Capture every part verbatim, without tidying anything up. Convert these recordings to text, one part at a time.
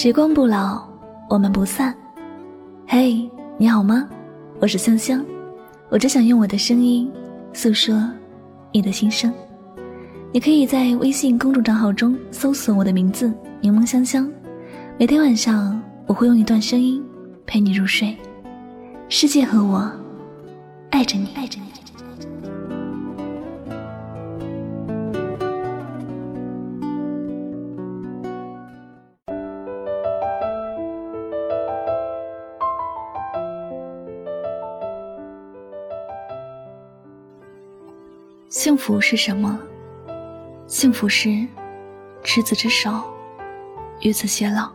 时光不老，我们不散。嘿，你好吗？我是香香，我只想用我的声音诉说你的心声。你可以在微信公众账号中搜索我的名字柠檬香香，每天晚上我会用一段声音陪你入睡。世界和我爱着你，爱着你。幸福是什么？幸福是执子之手，与子偕老。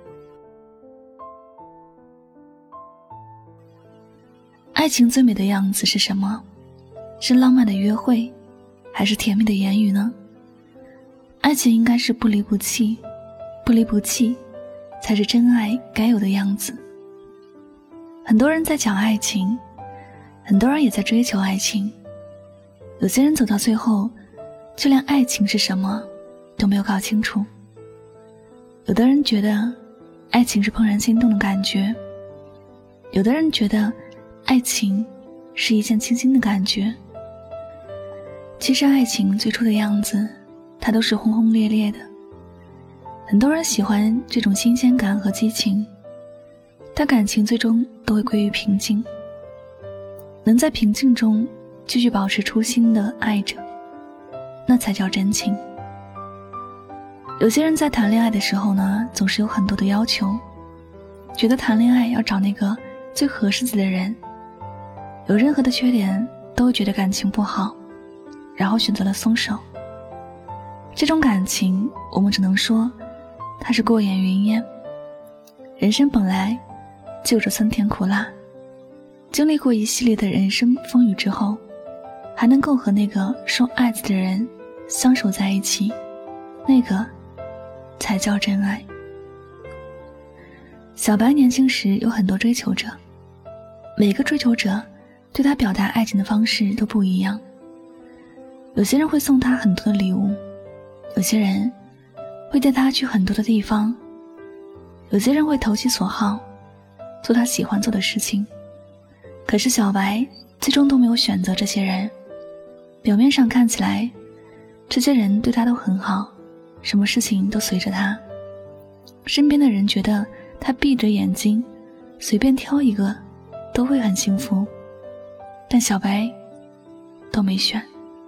爱情最美的样子是什么？是浪漫的约会，还是甜蜜的言语呢？爱情应该是不离不弃，不离不弃才是真爱该有的样子。很多人在讲爱情，很多人也在追求爱情，有些人走到最后就连爱情是什么都没有搞清楚。有的人觉得爱情是怦然心动的感觉，有的人觉得爱情是一见倾心的感觉。其实爱情最初的样子它都是轰轰烈烈的，很多人喜欢这种新鲜感和激情，但感情最终都会归于平静。能在平静中继续保持初心的爱着，那才叫真情。有些人在谈恋爱的时候呢，总是有很多的要求，觉得谈恋爱要找那个最合适自己的人，有任何的缺点都会觉得感情不好，然后选择了松手。这种感情我们只能说它是过眼云烟。人生本来就有着酸甜苦辣，经历过一系列的人生风雨之后，还能够和那个说爱自己的人相守在一起，那个才叫真爱。小白年轻时有很多追求者，每个追求者对他表达爱情的方式都不一样。有些人会送他很多的礼物，有些人会带他去很多的地方，有些人会投其所好，做他喜欢做的事情。可是小白最终都没有选择这些人。表面上看起来这些人对他都很好，什么事情都随着他，身边的人觉得他闭着眼睛随便挑一个都会很幸福，但小白都没选。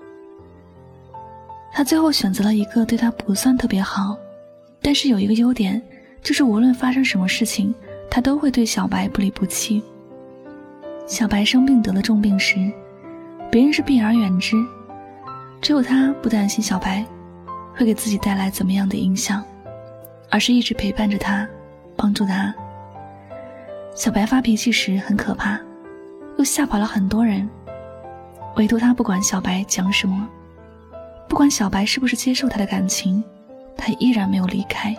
他最后选择了一个对他不算特别好，但是有一个优点，就是无论发生什么事情他都会对小白不离不弃。小白生病得了重病时，别人是避而远之，只有他不担心小白会给自己带来怎么样的影响，而是一直陪伴着他，帮助他。小白发脾气时很可怕，又吓跑了很多人，唯独他不管小白讲什么，不管小白是不是接受他的感情，他依然没有离开。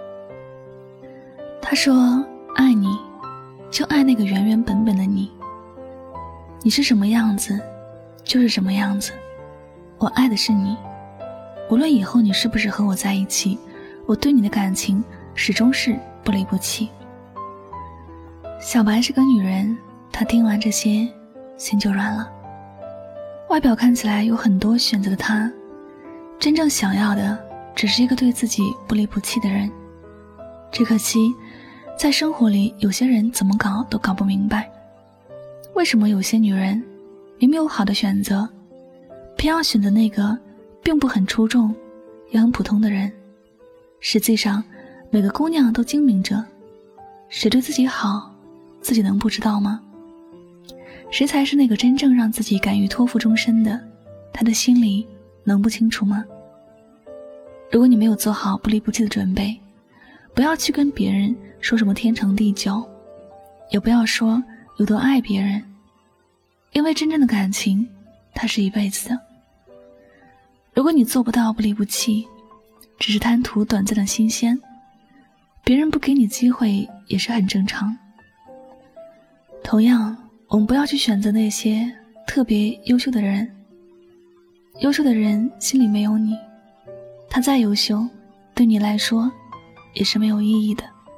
他说爱你就爱那个原原本本的你，你是什么样子就是什么样子，我爱的是你，无论以后你是不是和我在一起，我对你的感情始终是不离不弃。小白是个女人，她听完这些心就软了。外表看起来有很多选择的她，真正想要的只是一个对自己不离不弃的人。只可惜在生活里有些人怎么搞都搞不明白，为什么有些女人明明有好的选择，偏要选择那个并不很出众也很普通的人。实际上每个姑娘都精明着，谁对自己好自己能不知道吗？谁才是那个真正让自己敢于托付终身的，他的心里能不清楚吗？如果你没有做好不离不弃的准备，不要去跟别人说什么天长地久，也不要说有多爱别人，因为真正的感情它是一辈子的。如果你做不到不离不弃，只是贪图短暂的新鲜，别人不给你机会也是很正常。同样，我们不要去选择那些特别优秀的人，优秀的人心里没有你，他再优秀对你来说也是没有意义的。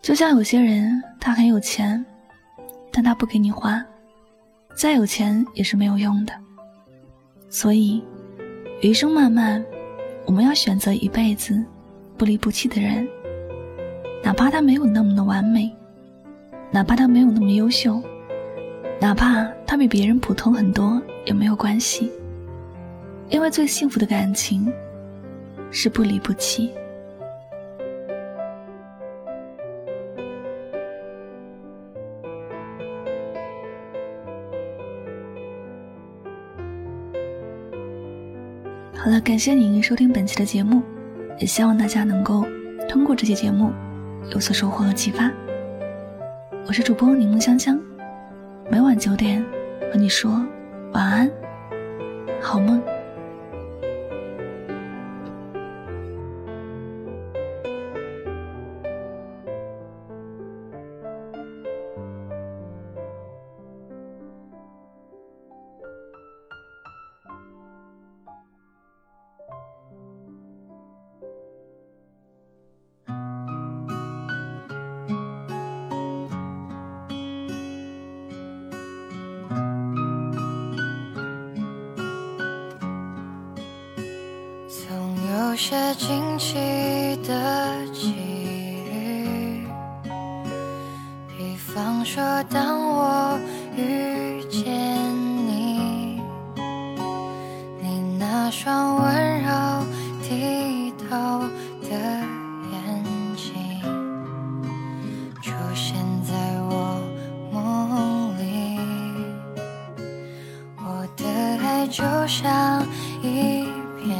就像有些人，他很有钱，但他不给你花，再有钱也是没有用的。所以余生漫漫，我们要选择一辈子不离不弃的人，哪怕他没有那么的完美，哪怕他没有那么优秀，哪怕他比别人普通很多也没有关系，因为最幸福的感情是不离不弃。好了，感谢您收听本期的节目，也希望大家能够通过这期节目有所收获和启发。我是主播柠檬香香，每晚九点和你说晚安，好梦。 有些惊奇的际遇，比方说当我遇见你，你那双温柔剔透的眼睛出现在我梦里，我的爱就像一片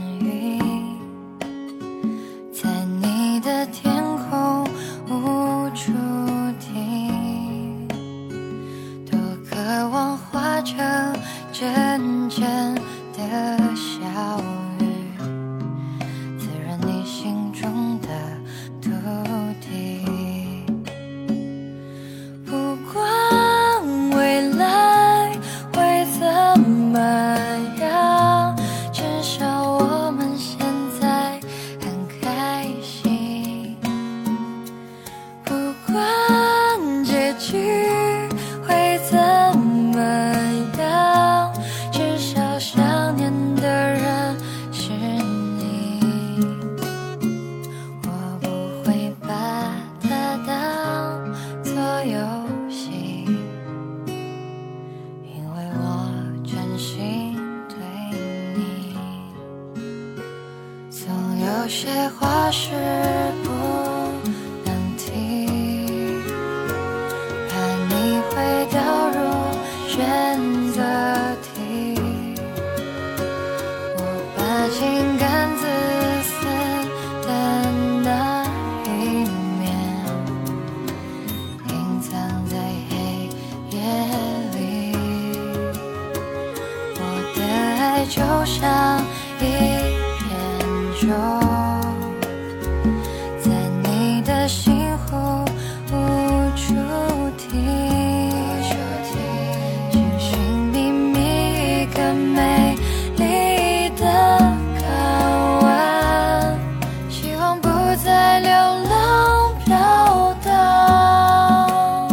阵阵的小雨，滋润你心中的土地。不管未来会怎么样，至少我们现在很开心。不管结局会怎么样，想念的人是你，我不会把它当作游戏，因为我真心对你。总有些话是不能提，怕你会掉入选择题，情感自私的那一面，隐藏在黑夜里。我的爱就像一片舟，在你的心湖无处停，寻寻觅觅一个美丽的在流浪飘荡。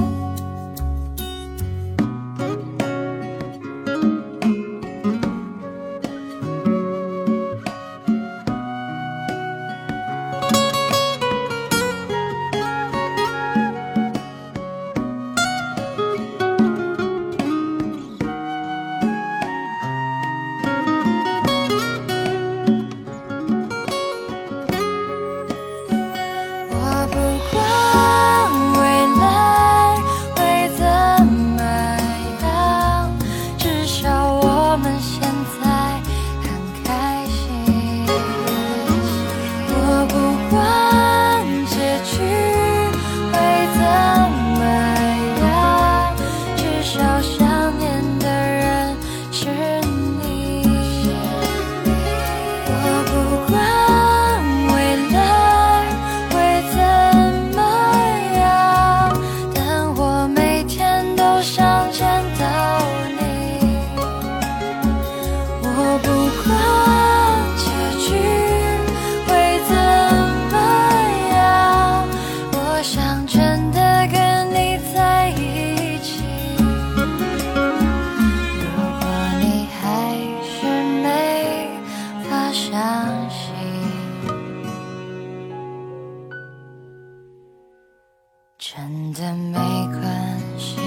真的没关系。